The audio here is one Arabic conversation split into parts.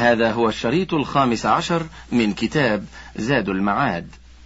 هذا هو الشريط 15 من كتاب زاد المعاد.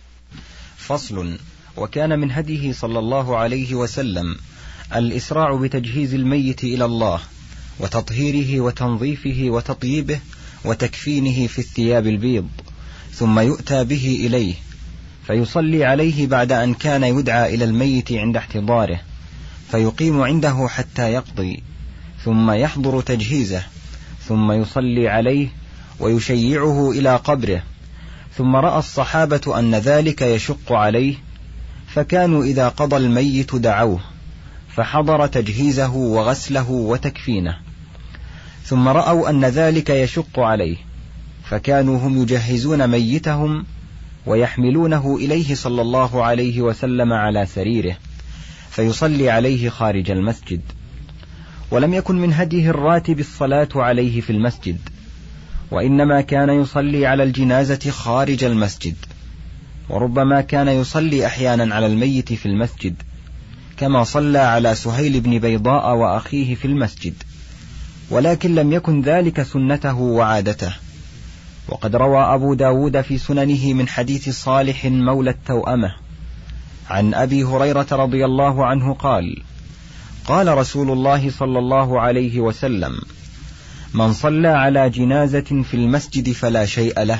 فصل. وكان من هديه صلى الله عليه وسلم الإسراع بتجهيز الميت إلى الله وتطهيره وتنظيفه وتطييبه وتكفينه في الثياب البيض، ثم يؤتى به إليه فيصلي عليه بعد أن كان يدعى إلى الميت عند احتضاره، فيقيم عنده حتى يقضي، ثم يحضر تجهيزه، ثم يصلي عليه ويشيعه إلى قبره. ثم رأى الصحابة أن ذلك يشق عليه، فكانوا إذا قضى الميت دعوه فحضر تجهيزه وغسله وتكفينه. ثم رأوا أن ذلك يشق عليه، فكانوا هم يجهزون ميتهم ويحملونه إليه صلى الله عليه وسلم على سريره، فيصلي عليه خارج المسجد. ولم يكن من هديه الراتب الصلاة عليه في المسجد، وإنما كان يصلي على الجنازة خارج المسجد، وربما كان يصلي أحيانا على الميت في المسجد، كما صلى على سهيل بن بيضاء وأخيه في المسجد، ولكن لم يكن ذلك سنته وعادته. وقد روى أبو داود في سننه من حديث صالح مولى التوأمة عن أبي هريرة رضي الله عنه قال: قال رسول الله صلى الله عليه وسلم: من صلى على جنازة في المسجد فلا شيء له.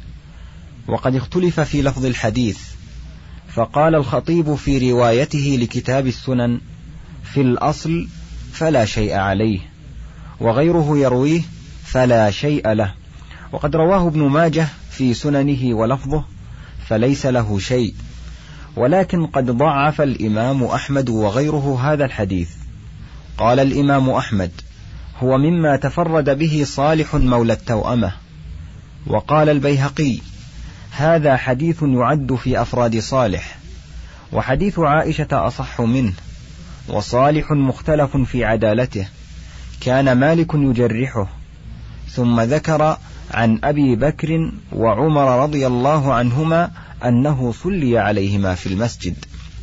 وقد اختلف في لفظ الحديث، فقال الخطيب في روايته لكتاب السنن: في الأصل فلا شيء عليه، وغيره يرويه فلا شيء له. وقد رواه ابن ماجه في سننه ولفظه فليس له شيء، ولكن قد ضعف الإمام أحمد وغيره هذا الحديث. قال الإمام أحمد: هو مما تفرد به صالح مولى التوأمة. وقال البيهقي: هذا حديث يعد في أفراد صالح، وحديث عائشة أصح منه، وصالح مختلف في عدالته، كان مالك يجرحه. ثم ذكر عن أبي بكر وعمر رضي الله عنهما أنه صلي عليهما في المسجد.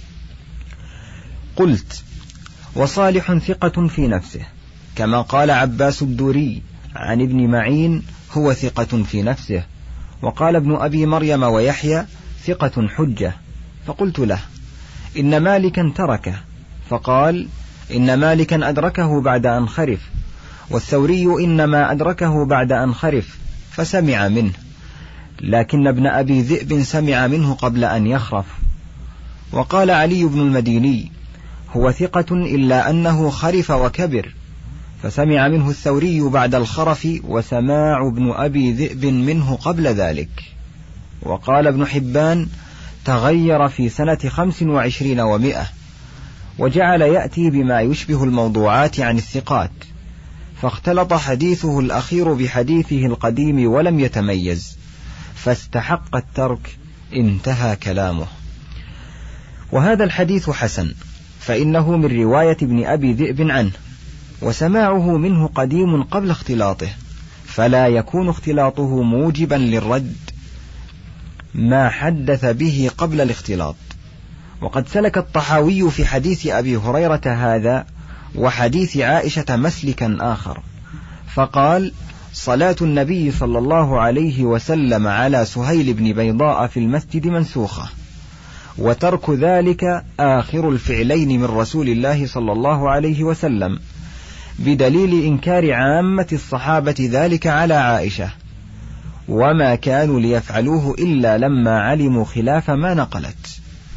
قلت: وصالح ثقة في نفسه، كما قال عباس الدوري عن ابن معين: هو ثقة في نفسه. وقال ابن أبي مريم ويحيى: ثقة حجة. فقلت له: إن مالكا تركه. فقال: إن مالكا أدركه بعد أن خرف، والثوري إنما أدركه بعد أن خرف فسمع منه، لكن ابن أبي ذئب سمع منه قبل أن يخرف. وقال علي بن المديني: هو ثقة إلا أنه خرف وكبر، فسمع منه الثوري بعد الخرف، وسماع ابن أبي ذئب منه قبل ذلك. وقال ابن حبان: تغير في سنة 25 و100، وجعل يأتي بما يشبه الموضوعات عن الثقات، فاختلط حديثه الأخير بحديثه القديم ولم يتميز، فاستحق الترك. انتهى كلامه. وهذا الحديث حسن، فإنه من رواية ابن أبي ذئب عنه، وسماعه منه قديم قبل اختلاطه، فلا يكون اختلاطه موجبا للرد ما حدث به قبل الاختلاط. وقد سلك الطحاوي في حديث أبي هريرة هذا وحديث عائشة مسلكا آخر، فقال: صلاة النبي صلى الله عليه وسلم على سهيل بن بيضاء في المسجد منسوخة، وترك ذلك آخر الفعلين من رسول الله صلى الله عليه وسلم، بدليل إنكار عامة الصحابة ذلك على عائشة، وما كانوا ليفعلوه إلا لما علموا خلاف ما نقلت.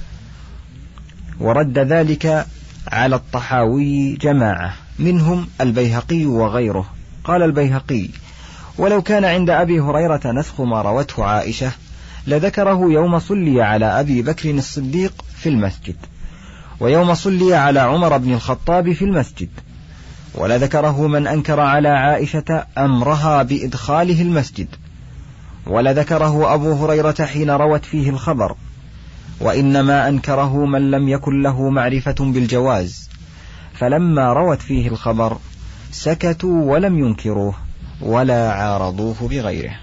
ورد ذلك على الطحاوي جماعة منهم البيهقي وغيره. قال البيهقي: ولو كان عند أبي هريرة نسخ ما روته عائشة لذكره يوم صلي على أبي بكر الصديق في المسجد، ويوم صلي على عمر بن الخطاب في المسجد، ولذكره من أنكر على عائشة أمرها بإدخاله المسجد، ولذكره أبو هريرة حين روت فيه الخبر، وإنما أنكره من لم يكن له معرفة بالجواز، فلما روت فيه الخبر سكتوا ولم ينكروه ولا عارضوه بغيره.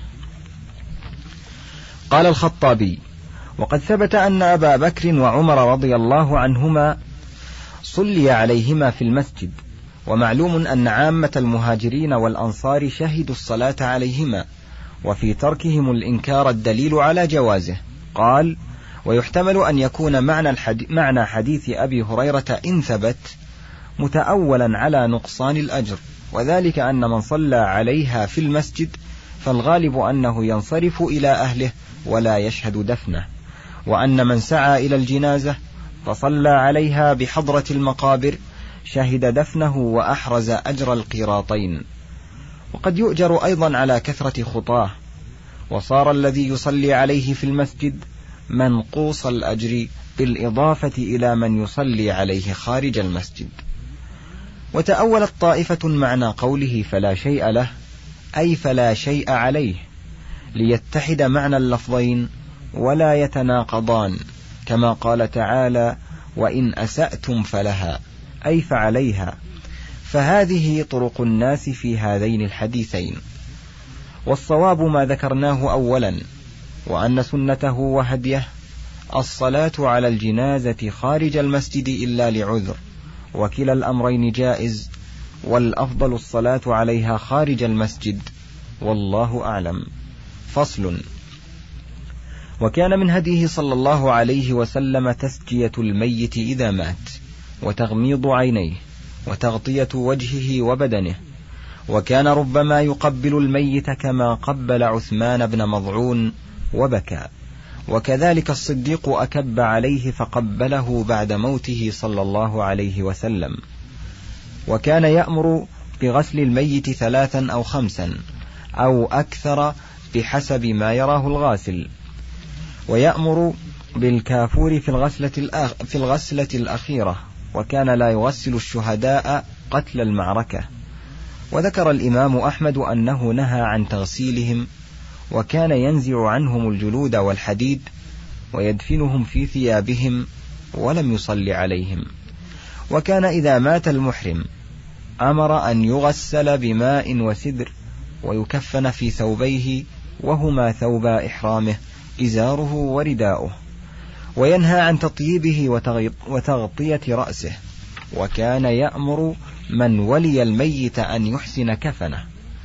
قال الخطابي: وقد ثبت أن أبا بكر وعمر رضي الله عنهما صلي عليهما في المسجد، ومعلوم أن عامة المهاجرين والأنصار شهدوا الصلاة عليهما، وفي تركهم الإنكار الدليل على جوازه. قال: ويحتمل أن يكون معنى حديث أبي هريرة إن ثبت متأولا على نقصان الأجر، وذلك أن من صلى عليها في المسجد فالغالب أنه ينصرف إلى أهله ولا يشهد دفنه، وأن من سعى إلى الجنازة فصلى عليها بحضرة المقابر شهد دفنه وأحرز أجر القيراطين. وقد يؤجر أيضا على كثرة خطاه، وصار الذي يصلي عليه في المسجد منقوص الأجر بالإضافة إلى من يصلي عليه خارج المسجد. وتأولت طائفة معنى قوله فلا شيء له أي فلا شيء عليه، ليتحد معنى اللفظين ولا يتناقضان، كما قال تعالى: وإن أسأتم فلها أي فعليها. فهذه طرق الناس في هذين الحديثين. والصواب ما ذكرناه أولا، وأن سنته وهديه الصلاة على الجنازة خارج المسجد إلا لعذر، وكلا الأمرين جائز، والأفضل الصلاة عليها خارج المسجد، والله أعلم. فصل. وكان من هديه صلى الله عليه وسلم تسجية الميت إذا مات، وتغميض عينيه، وتغطية وجهه وبدنه، وكان ربما يقبل الميت كما قبل عثمان بن مضعون وبكى، وكذلك الصديق أكب عليه فقبله بعد موته صلى الله عليه وسلم. وكان يأمر بغسل الميت 3 أو 5 أو أكثر بحسب ما يراه الغاسل، ويأمر بالكافور في الغسلة الأخيرة، وكان لا يغسل الشهداء قتل المعركة. وذكر الإمام أحمد أنه نهى عن تغسيلهم، وكان ينزع عنهم الجلود والحديد ويدفنهم في ثيابهم ولم يصلي عليهم. وكان إذا مات المحرم أمر أن يغسل بماء وسدر ويكفن في ثوبيه، وهما ثوبا إحرامه إزاره ورداؤه، وينهى عن تطييبه وتغطية رأسه. وكان يأمر من ولي الميت أن يحسن كفنه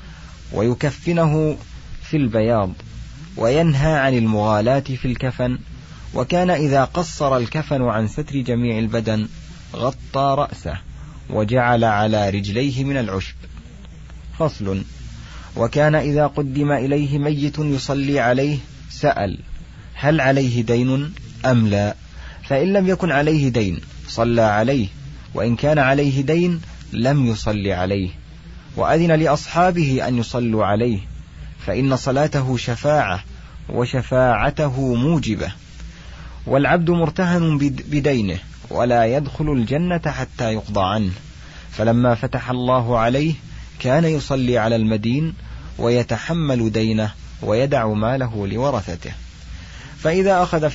ويكفنه في البياض، وينهى عن المغالاة في الكفن. وكان إذا قصر الكفن عن ستر جميع البدن غطى رأسه وجعل على رجليه من العشب. فصل. وكان إذا قدم إليه ميت يصلي عليه سأل هل عليه دين أم لا، فإن لم يكن عليه دين صلى عليه، وإن كان عليه دين لم يصلي عليه. وأذن لأصحابه أن يصلوا عليه، فإن صلاته شفاعة، وشفاعته موجبة. والعبد مرتهن بدينه ولا يدخل الجنة حتى يقضى عنه، فلما فتح الله عليه كان يصلي على المدين ويتحمل دينه ويدع ماله لورثته. فإذا أخذ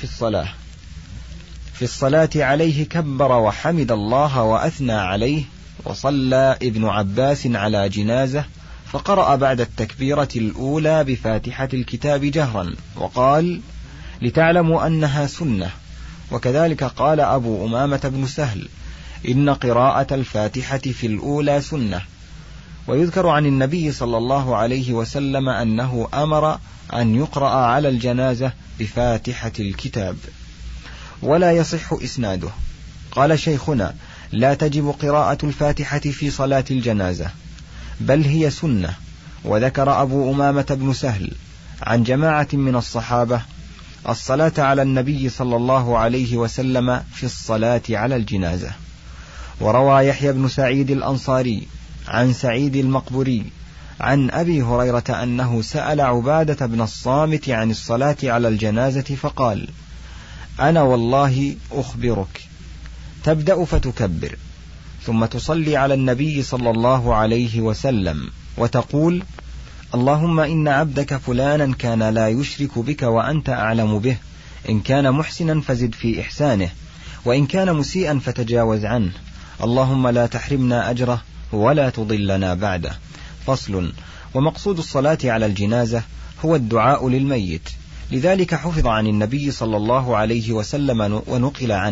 في الصلاة عليه كبر وحمد الله وأثنى عليه. وصلى ابن عباس على جنازة فقرأ بعد التكبيرة الأولى بفاتحة الكتاب جهرا، وقال: لتعلموا أنها سنة. وكذلك قال أبو أمامة بن سهل: إن قراءة الفاتحة في الأولى سنة. ويذكر عن النبي صلى الله عليه وسلم أنه أمر أن يقرأ على الجنازة بفاتحة الكتاب، ولا يصح إسناده. قال شيخنا: لا تجب قراءة الفاتحة في صلاة الجنازة، بل هي سنة. وذكر أبو أمامة بن سهل عن جماعة من الصحابة الصلاة على النبي صلى الله عليه وسلم في الصلاة على الجنازة. وروى يحيى بن سعيد الأنصاري عن سعيد المقبري عن أبي هريرة أنه سأل عبادة بن الصامت عن الصلاة على الجنازة فقال: أنا والله أخبرك، تبدأ فتكبر، ثم تصلي على النبي صلى الله عليه وسلم وتقول: اللهم إن عبدك فلانا كان لا يشرك بك وأنت أعلم به، إن كان محسنا فزد في إحسانه، وإن كان مسيئا فتجاوز عنه، اللهم لا تحرمنا أجره ولا تضلنا بعده. فصل. ومقصود الصلاة على الجنازة هو الدعاء للميت، لذلك حفظ عن النبي صلى الله عليه وسلم ونقل عنه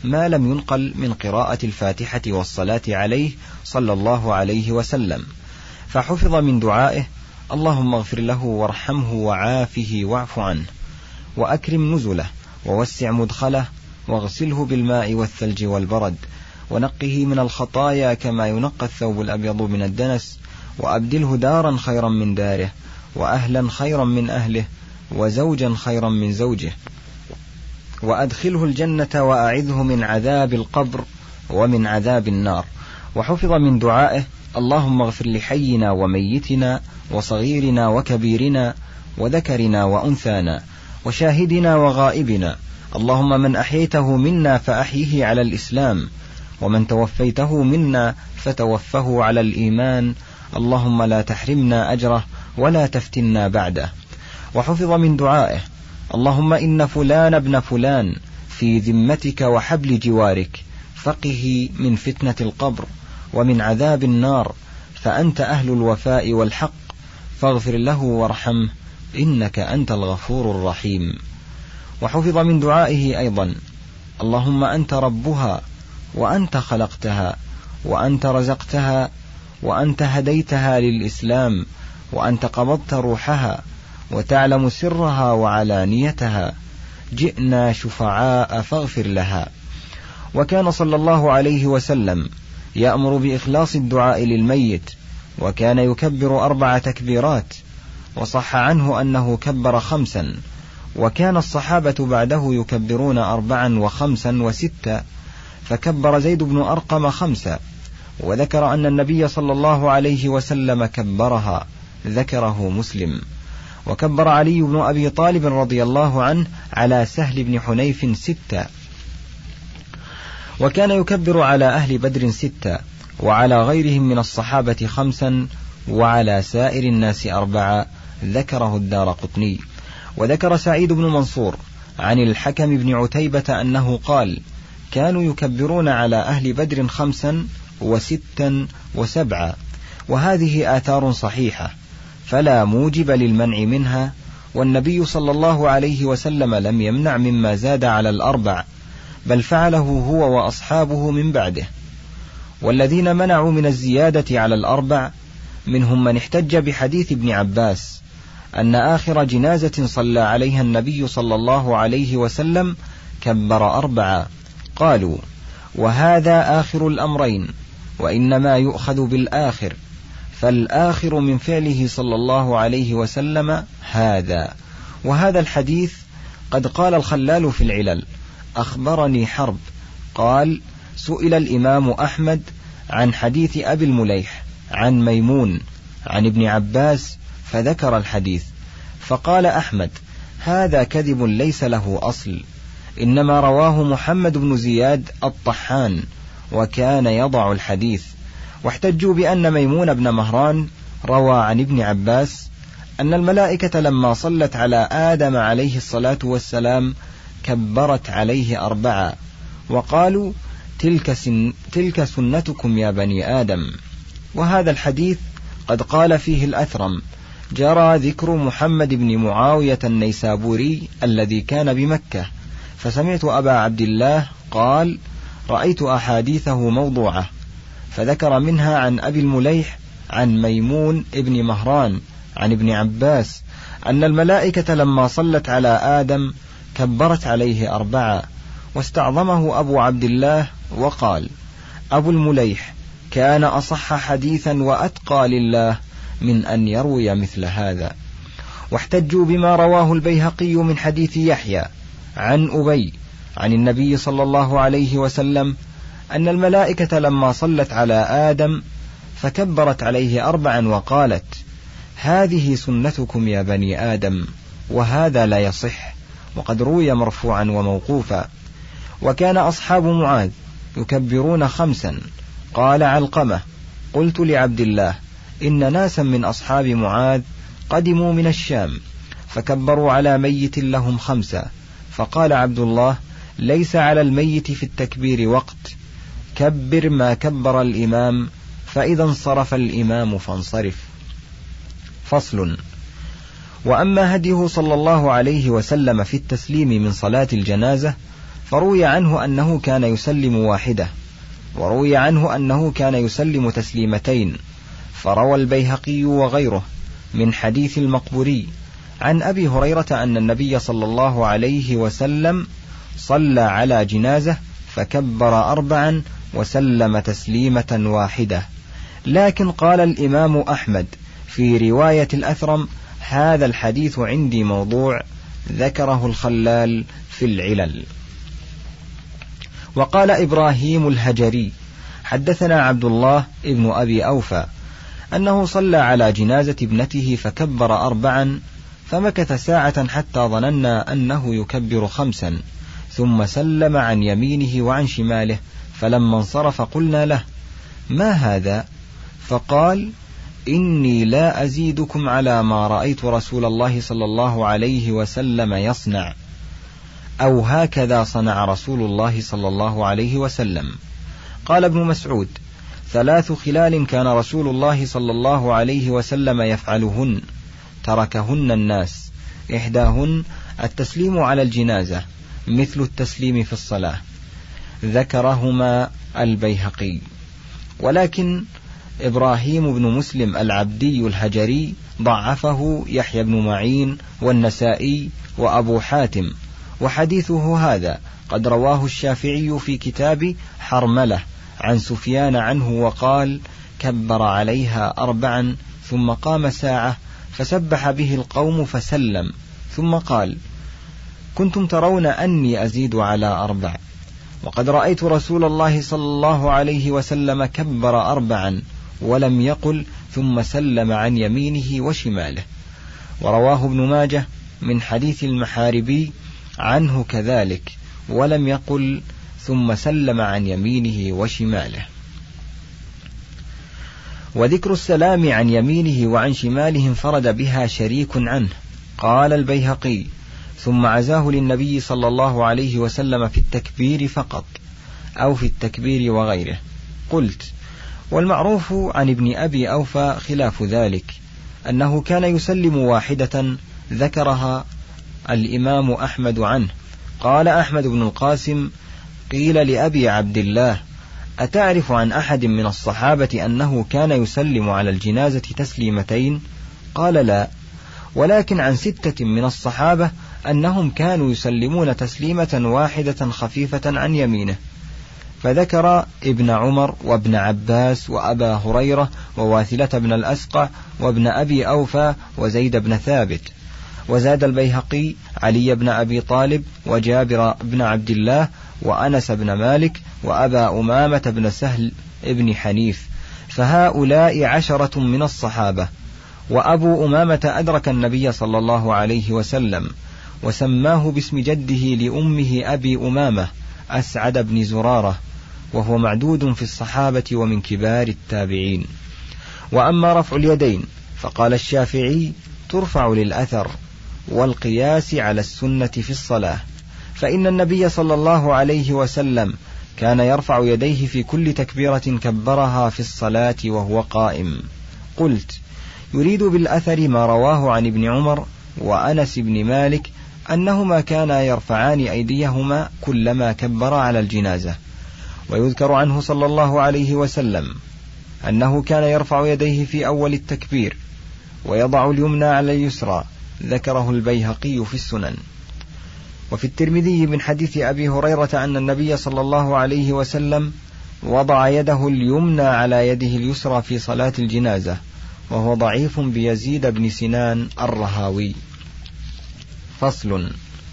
ما لم ينقل من قراءة الفاتحة والصلاة عليه صلى الله عليه وسلم، فحفظ من دعائه: اللهم اغفر له وارحمه وعافه واعف عنه وأكرم نزله ووسع مدخله واغسله بالماء والثلج والبرد ونقه من الخطايا كما ينقى الثوب الأبيض من الدنس، وأبدله دارا خيرا من داره وأهلا خيرا من أهله وزوجا خيرا من زوجه، وأدخله الجنة وأعذه من عذاب القبر ومن عذاب النار. وحفظ من دعائه: اللهم اغفر لحينا وميتنا وصغيرنا وكبيرنا وذكرنا وأنثانا وشاهدنا وغائبنا، اللهم من أحييته منا فأحيه على الإسلام، ومن توفيته منا فتوفه على الإيمان، اللهم لا تحرمنا أجره ولا تفتنا بعده. وحفظ من دعائه: اللهم إن فلان ابن فلان في ذمتك وحبل جوارك، فقه من فتنة القبر ومن عذاب النار، فأنت أهل الوفاء والحق، فاغفر له وارحمه إنك أنت الغفور الرحيم. وحفظ من دعائه أيضا: اللهم أنت ربها وأنت خلقتها وأنت رزقتها وأنت هديتها للإسلام وأنت قبضت روحها وتعلم سرها وعلانيتها، جئنا شفعاء فاغفر لها. وكان صلى الله عليه وسلم يأمر بإخلاص الدعاء للميت، وكان يكبر 4 تكبيرات، وصح عنه أنه كبر 5، وكان الصحابة بعده يكبرون 4 و5 و6، فكبر زيد بن أرقم 5، وذكر أن النبي صلى الله عليه وسلم كبرها، ذكره مسلم. وكبر علي بن أبي طالب رضي الله عنه على سهل بن حنيف 6، وكان يكبر على أهل بدر 6، وعلى غيرهم من الصحابة 5، وعلى سائر الناس 4، ذكره الدارقطني. وذكر سعيد بن منصور عن الحكم بن عتيبة أنه قال: كانوا يكبرون على أهل بدر 5 و6 و7، وهذه آثار صحيحة فلا موجب للمنع منها، والنبي صلى الله عليه وسلم لم يمنع مما زاد على 4، بل فعله هو وأصحابه من بعده. والذين منعوا من الزيادة على 4 منهم من احتج بحديث ابن عباس أن آخر جنازة صلى عليها النبي صلى الله عليه وسلم كبر 4، قالوا: وهذا آخر الأمرين، وإنما يؤخذ بالآخر، فالآخر من فعله صلى الله عليه وسلم هذا. وهذا الحديث قد قال الخلال في العلل: أخبرني حرب قال: سئل الإمام أحمد عن حديث أبي المليح عن ميمون عن ابن عباس فذكر الحديث، فقال أحمد: هذا كذب ليس له أصل، إنما رواه محمد بن زياد الطحان وكان يضع الحديث. واحتجوا بأن ميمون بن مهران روى عن ابن عباس أن الملائكة لما صلت على آدم عليه الصلاة والسلام كبرت عليه 4، وقالوا: تلك سنتكم يا بني آدم. وهذا الحديث قد قال فيه الأثرم: جرى ذكر محمد بن معاوية النيسابوري الذي كان بمكة، فسمعت أبا عبد الله قال: رأيت أحاديثه موضوعة، فذكر منها عن أبي المليح عن ميمون ابن مهران عن ابن عباس أن الملائكة لما صلت على آدم كبرت عليه 4، واستعظمه أبو عبد الله وقال: أبو المليح كان أصح حديثا وأتقى لله من أن يروي مثل هذا. واحتجوا بما رواه البيهقي من حديث يحيى عن أبي عن النبي صلى الله عليه وسلم أن الملائكة لما صلت على آدم فكبرت عليه 4 وقالت: هذه سنتكم يا بني آدم، وهذا لا يصح، وقد روي مرفوعا وموقوفا. وكان أصحاب معاذ يكبرون 5، قال علقمة: قلت لعبد الله: إن ناسا من أصحاب معاذ قدموا من الشام فكبروا على ميت لهم 5، فقال عبد الله: ليس على الميت في التكبير وقت، كبر ما كبر الإمام، فإذا انصرف الإمام فانصرف. فصل. وأما هديه صلى الله عليه وسلم في التسليم من صلاة الجنازة فروي عنه أنه كان يسلم واحدة، وروي عنه أنه كان يسلم تسليمتين. فروى البيهقي وغيره من حديث المقبوري عن أبي هريرة أن النبي صلى الله عليه وسلم صلى على جنازة فكبر 4 وسلم تسليمة واحدة. لكن قال الإمام أحمد في رواية الأثرم: هذا الحديث عندي موضوع، ذكره الخلال في العلل. وقال إبراهيم الهجري: حدثنا عبد الله ابن أبي أوفى أنه صلى على جنازة ابنته فكبر 4 فمكث ساعة حتى ظننا أنه يكبر 5 ثم سلم عن يمينه وعن شماله، فلما انصرف قلنا له: ما هذا؟ فقال: إني لا أزيدكم على ما رأيت رسول الله صلى الله عليه وسلم يصنع، أو هكذا صنع رسول الله صلى الله عليه وسلم. قال ابن مسعود: 3 خلال كان رسول الله صلى الله عليه وسلم يفعلهن تركهن الناس، إحداهن التسليم على الجنازة مثل التسليم في الصلاة. ذكرهما البيهقي. ولكن إبراهيم بن مسلم العبدي الهجري ضعفه يحيى بن معين والنسائي وأبو حاتم، وحديثه هذا قد رواه الشافعي في كتاب حرملة عن سفيان عنه وقال: كبر عليها 4 ثم قام ساعة فسبح به القوم فسلم، ثم قال: كنتم ترون أني أزيد على 4، وقد رأيت رسول الله صلى الله عليه وسلم كبر 4 ولم يقل ثم سلم عن يمينه وشماله. ورواه ابن ماجه من حديث المحاربي عنه كذلك، ولم يقل ثم سلم عن يمينه وشماله. وذكر السلام عن يمينه وعن شماله انفرد بها شريك عنه. قال البيهقي: ثم عزاه للنبي صلى الله عليه وسلم في التكبير فقط، أو في التكبير وغيره. قلت: والمعروف عن ابن أبي أوفى خلاف ذلك، أنه كان يسلم واحدة ذكرها الإمام أحمد عنه. قال أحمد بن القاسم: قيل لأبي عبد الله: أتعرف عن أحد من الصحابة أنه كان يسلم على الجنازة تسليمتين؟ قال: لا، ولكن عن 6 من الصحابة أنهم كانوا يسلمون تسليمة واحدة خفيفة عن يمينه. فذكر ابن عمر وابن عباس وأبا هريرة وواثلة بن الأسقع وابن أبي أوفى وزيد بن ثابت. وزاد البيهقي علي بن أبي طالب وجابر بن عبد الله وأنس بن مالك وأبا أمامة بن سهل ابن حنيف، فهؤلاء 10 من الصحابة. وأبو أمامة أدرك النبي صلى الله عليه وسلم وسماه باسم جده لأمه أبي أمامة أسعد بن زرارة، وهو معدود في الصحابة ومن كبار التابعين. وأما رفع اليدين فقال الشافعي: ترفع للأثر والقياس على السنة في الصلاة، فإن النبي صلى الله عليه وسلم كان يرفع يديه في كل تكبيرة كبرها في الصلاة وهو قائم. قلت: يريد بالأثر ما رواه عن ابن عمر وأنس بن مالك أنهما كانا يرفعان أيديهما كلما كبر على الجنازة. ويذكر عنه صلى الله عليه وسلم أنه كان يرفع يديه في أول التكبير ويضع اليمنى على اليسرى، ذكره البيهقي في السنن. وفي الترمذي من حديث أبي هريرة أن النبي صلى الله عليه وسلم وضع يده اليمنى على يده اليسرى في صلاة الجنازة، وهو ضعيف بيزيد بن سنان الرهاوي. فصل.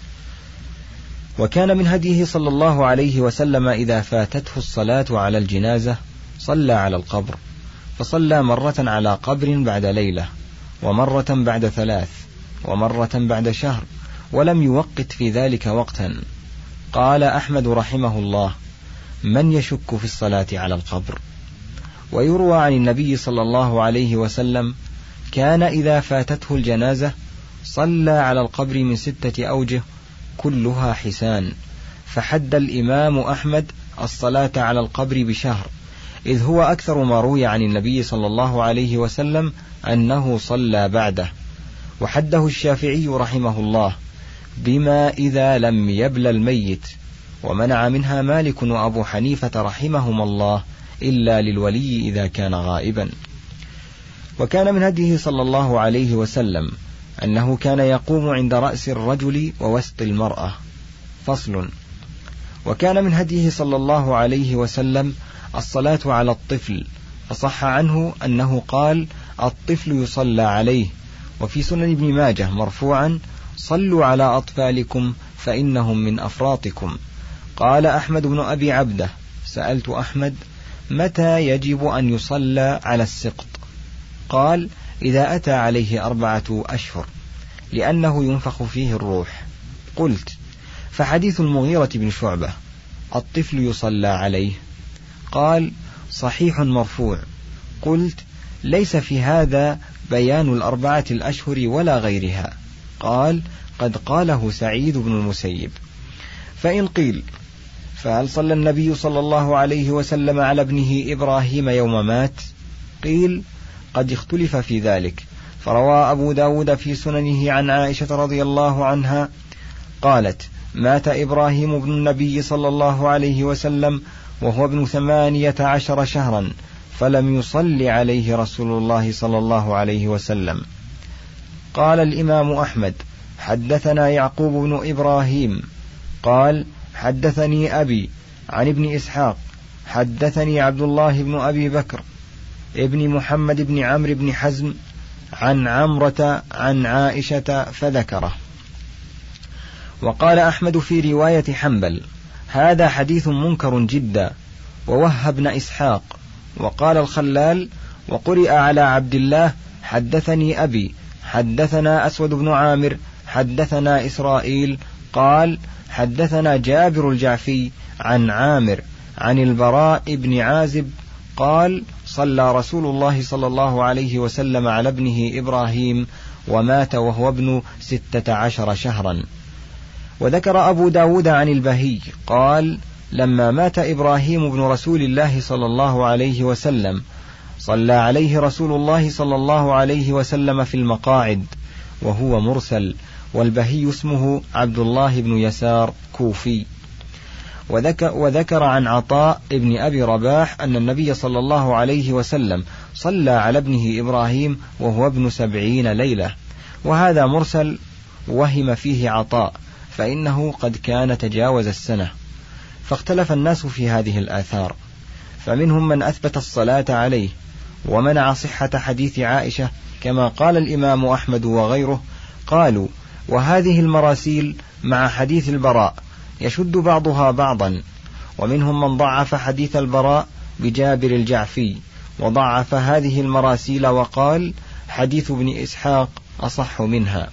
وكان من هديه صلى الله عليه وسلم إذا فاتته الصلاة على الجنازة صلى على القبر، فصلى مرة على قبر بعد ليلة، ومرة بعد 3، ومرة بعد شهر، ولم يوقت في ذلك وقتا. قال أحمد رحمه الله: من يشك في الصلاة على القبر؟ ويروى عن النبي صلى الله عليه وسلم كان إذا فاتته الجنازة صلى على القبر من 6 أوجه كلها حسان، فحد الإمام أحمد الصلاة على القبر بشهر، إذ هو أكثر ما روي عن النبي صلى الله عليه وسلم أنه صلى بعده. وحده الشافعي رحمه الله بما إذا لم يبل الميت، ومنع منها مالك وأبو حنيفة رحمهما الله إلا للولي إذا كان غائبا. وكان من هديه صلى الله عليه وسلم أنه كان يقوم عند رأس الرجل ووسط المرأة. فصل. وكان من هديه صلى الله عليه وسلم الصلاة على الطفل، فصح عنه أنه قال: الطفل يصلى عليه. وفي سنن ابن ماجه مرفوعا: صلوا على أطفالكم فإنهم من أفراطكم. قال أحمد بن أبي عبده: سألت أحمد: متى يجب أن يصلى على السقط؟ قال: إذا أتى عليه 4 أشهر، لأنه ينفخ فيه الروح. قلت: فحديث المغيرة بن شعبة الطفل يصلى عليه؟ قال: صحيح مرفوع. قلت: ليس في هذا بيان 4 الأشهر ولا غيرها. قال: قد قاله سعيد بن المسيب. فإن قيل: فهل صلى النبي صلى الله عليه وسلم على ابنه إبراهيم يوم مات؟ قيل: قد اختلف في ذلك، فروى أبو داود في سننه عن عائشة رضي الله عنها قالت: مات إبراهيم بن النبي صلى الله عليه وسلم وهو ابن 18 شهرا، فلم يصل عليه رسول الله صلى الله عليه وسلم. قال الإمام أحمد: حدثنا يعقوب بن إبراهيم قال: حدثني أبي عن ابن إسحاق حدثني عبد الله بن أبي بكر ابن محمد بن عمرو بن حزم عن عمرة عن عائشة فذكره. وقال أحمد في رواية حنبل: هذا حديث منكر جدا. ووهب إسحاق. وقال الخلال: وقرئ على عبد الله: حدثني أبي حدثنا أسود بن عامر حدثنا إسرائيل قال: حدثنا جابر الجعفي عن عامر عن البراء بن عازب قال: صلى رسول الله صلى الله عليه وسلم على ابنه إبراهيم ومات وهو ابن 16 شهرا. وذكر أبو داود عن البهي قال: لما مات إبراهيم بن رسول الله صلى الله عليه وسلم صلى عليه رسول الله صلى الله عليه وسلم في المقاعد، وهو مرسل، والبهي اسمه عبد الله بن يسار كوفي. وذكر عن عطاء ابن أبي رباح أن النبي صلى الله عليه وسلم صلى على ابنه إبراهيم وهو ابن 70 ليلة، وهذا مرسل وهم فيه عطاء، فإنه قد كان تجاوز السنة. فاختلف الناس في هذه الآثار، فمنهم من أثبت الصلاة عليه ومنع صحة حديث عائشة، كما قال الإمام أحمد وغيره. قالوا: وهذه المراسيل مع حديث البراء يشد بعضها بعضا. ومنهم من ضعف حديث البراء بجابر الجعفي، وضعف هذه المراسيل وقال: حديث ابن إسحاق أصح منها.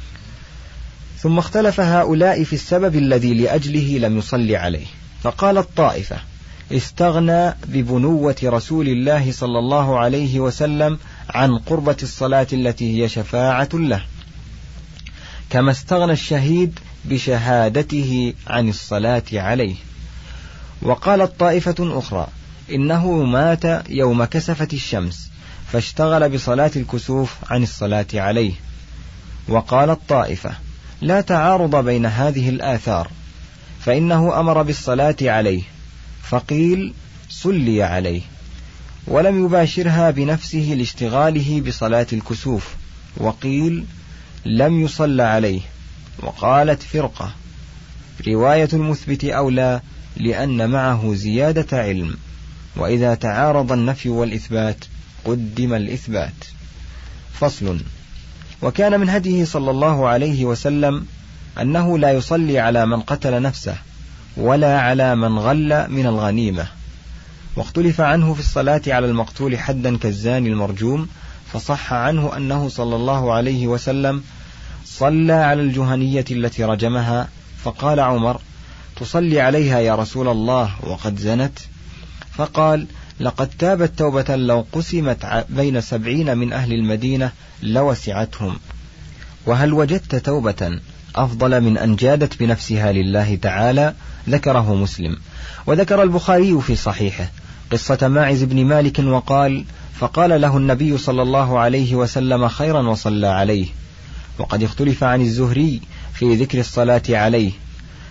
ثم اختلف هؤلاء في السبب الذي لأجله لم يصلي عليه، فقال الطائفة: استغنى ببنوة رسول الله صلى الله عليه وسلم عن قربة الصلاة التي هي شفاعة له، كما استغنى الشهيد بشهادته عن الصلاة عليه. وقالت طائفة أخرى: إنه مات يوم كسفت الشمس، فاشتغل بصلاة الكسوف عن الصلاة عليه. وقالت طائفة: لا تعارض بين هذه الآثار، فإنه أمر بالصلاة عليه، فقيل: صلي عليه، ولم يباشرها بنفسه لاشتغاله بصلاة الكسوف، وقيل: لم يصلى عليه. وقالت فرقة: رواية المثبت أولى، لأن معه زيادة علم، وإذا تعارض النفي والإثبات قدم الإثبات. فصل. وكان من هديه صلى الله عليه وسلم أنه لا يصلي على من قتل نفسه ولا على من غل من الغنيمة. واختلف عنه في الصلاة على المقتول حدا كالزاني المرجوم، فصح عنه أنه صلى الله عليه وسلم صلى على الجهنية التي رجمها، فقال عمر: تصلي عليها يا رسول الله وقد زنت؟ فقال: لقد تابت توبة لو قسمت بين 70 من أهل المدينة لوسعتهم. وهل وجدت توبة أفضل من أن جادت بنفسها لله تعالى؟ ذكره مسلم. وذكر البخاري في صحيحه قصة ماعز بن مالك وقال: فقال له النبي صلى الله عليه وسلم خيرا وصلى عليه. وقد اختلف عن الزهري في ذكر الصلاة عليه،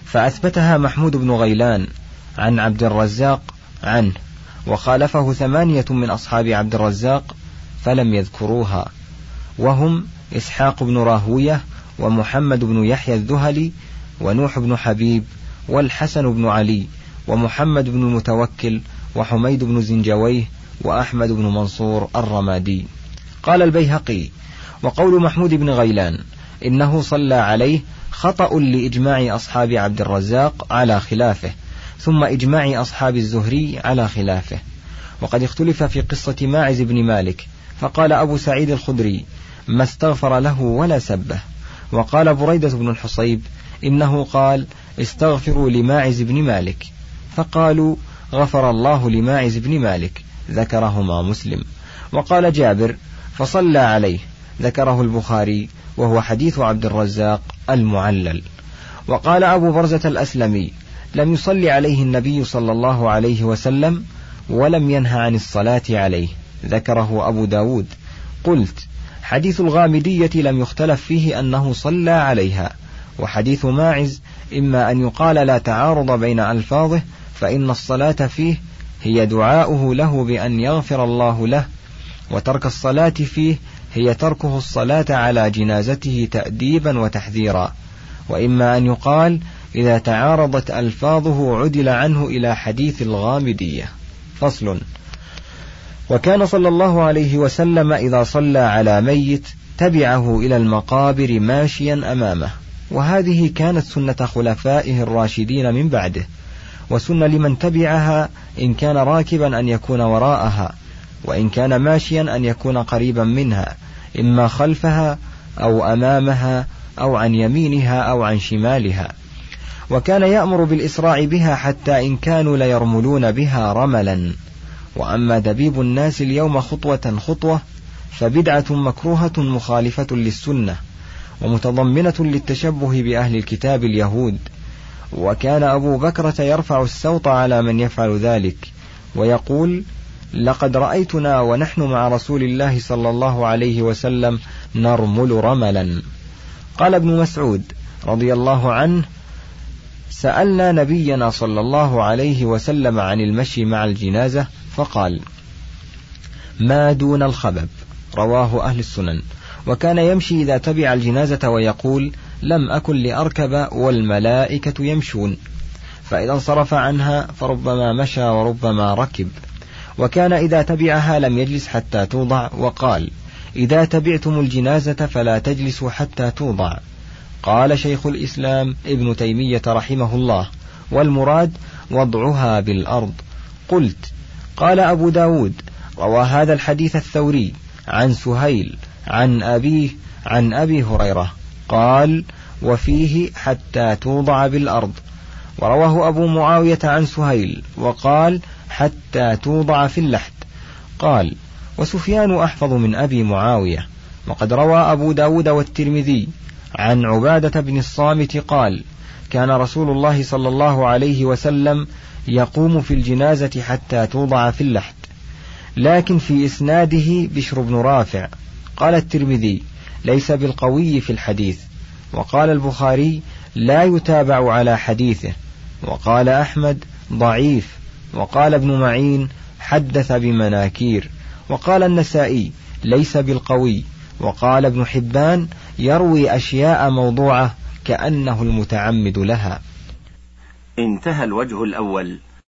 فأثبتها محمود بن غيلان عن عبد الرزاق عنه، وخالفه 8 من أصحاب عبد الرزاق فلم يذكروها، وهم إسحاق بن راهوية ومحمد بن يحيى الذهلي ونوح بن حبيب والحسن بن علي ومحمد بن المتوكل وحميد بن زنجويه وأحمد بن منصور الرمادي. قال البيهقي: وقول محمود بن غيلان إنه صلى عليه خطأ لإجماع أصحاب عبد الرزاق على خلافه، ثم إجماع أصحاب الزهري على خلافه. وقد اختلف في قصة ماعز بن مالك، فقال أبو سعيد الخدري: ما استغفر له ولا سبه. وقال بريدة بن الحصيب إنه قال: استغفروا لماعز بن مالك، فقالوا: غفر الله لماعز بن مالك، ذكرهما مسلم. وقال جابر: فصلى عليه، ذكره البخاري، وهو حديث عبد الرزاق المعلل. وقال أبو برزة الأسلمي: لم يصلي عليه النبي صلى الله عليه وسلم ولم ينهى عن الصلاة عليه، ذكره أبو داود. قلت: حديث الغامدية لم يختلف فيه أنه صلى عليها، وحديث ماعز إما أن يقال لا تعارض بين ألفاظه، فإن الصلاة فيه هي دعاؤه له بأن يغفر الله له، وترك الصلاة فيه هي تركه الصلاة على جنازته تأديبا وتحذيرا، وإما أن يقال إذا تعارضت ألفاظه عدل عنه إلى حديث الغامدية. فصل. وكان صلى الله عليه وسلم إذا صلى على ميت تبعه إلى المقابر ماشيا أمامه، وهذه كانت سنة خلفائه الراشدين من بعده، وسنة لمن تبعها إن كان راكبا أن يكون وراءها، وإن كان ماشيا أن يكون قريبا منها، إما خلفها أو أمامها أو عن يمينها أو عن شمالها. وكان يأمر بالإسراع بها حتى إن كانوا ليرملون بها رملا. وأما دبيب الناس اليوم خطوة خطوة فبدعة مكروهة مخالفة للسنة ومتضمنة للتشبه بأهل الكتاب اليهود. وكان أبو بكرة يرفع السوط على من يفعل ذلك ويقول: لقد رأيتنا ونحن مع رسول الله صلى الله عليه وسلم نرمل رملا. قال ابن مسعود رضي الله عنه: سألنا نبينا صلى الله عليه وسلم عن المشي مع الجنازة فقال: ما دون الخبب، رواه أهل السنن. وكان يمشي إذا تبع الجنازة ويقول: لم أكن لأركب والملائكة يمشون، فإذا انصرف عنها فربما مشى وربما ركب. وكان إذا تبعها لم يجلس حتى توضع، وقال: إذا تبعتم الجنازة فلا تجلسوا حتى توضع. قال شيخ الإسلام ابن تيمية رحمه الله: والمراد وضعها بالأرض. قلت: قال أبو داود: روى هذا الحديث الثوري عن سهيل عن أبيه عن أبي هريرة قال: وفيه حتى توضع بالأرض. ورواه أبو معاوية عن سهيل وقال: حتى توضع في اللحد. قال: وسفيان أحفظ من أبي معاوية. وقد روى أبو داود والترمذي عن عبادة بن الصامت قال: كان رسول الله صلى الله عليه وسلم يقوم في الجنازة حتى توضع في اللحد، لكن في إسناده بشر بن رافع. قال الترمذي: ليس بالقوي في الحديث. وقال البخاري: لا يتابع على حديثه. وقال أحمد: ضعيف. وقال ابن معين: حدث بمناكير. وقال النسائي: ليس بالقوي. وقال ابن حبان: يروي أشياء موضوعة كأنه المتعمد لها. انتهى الوجه الأول.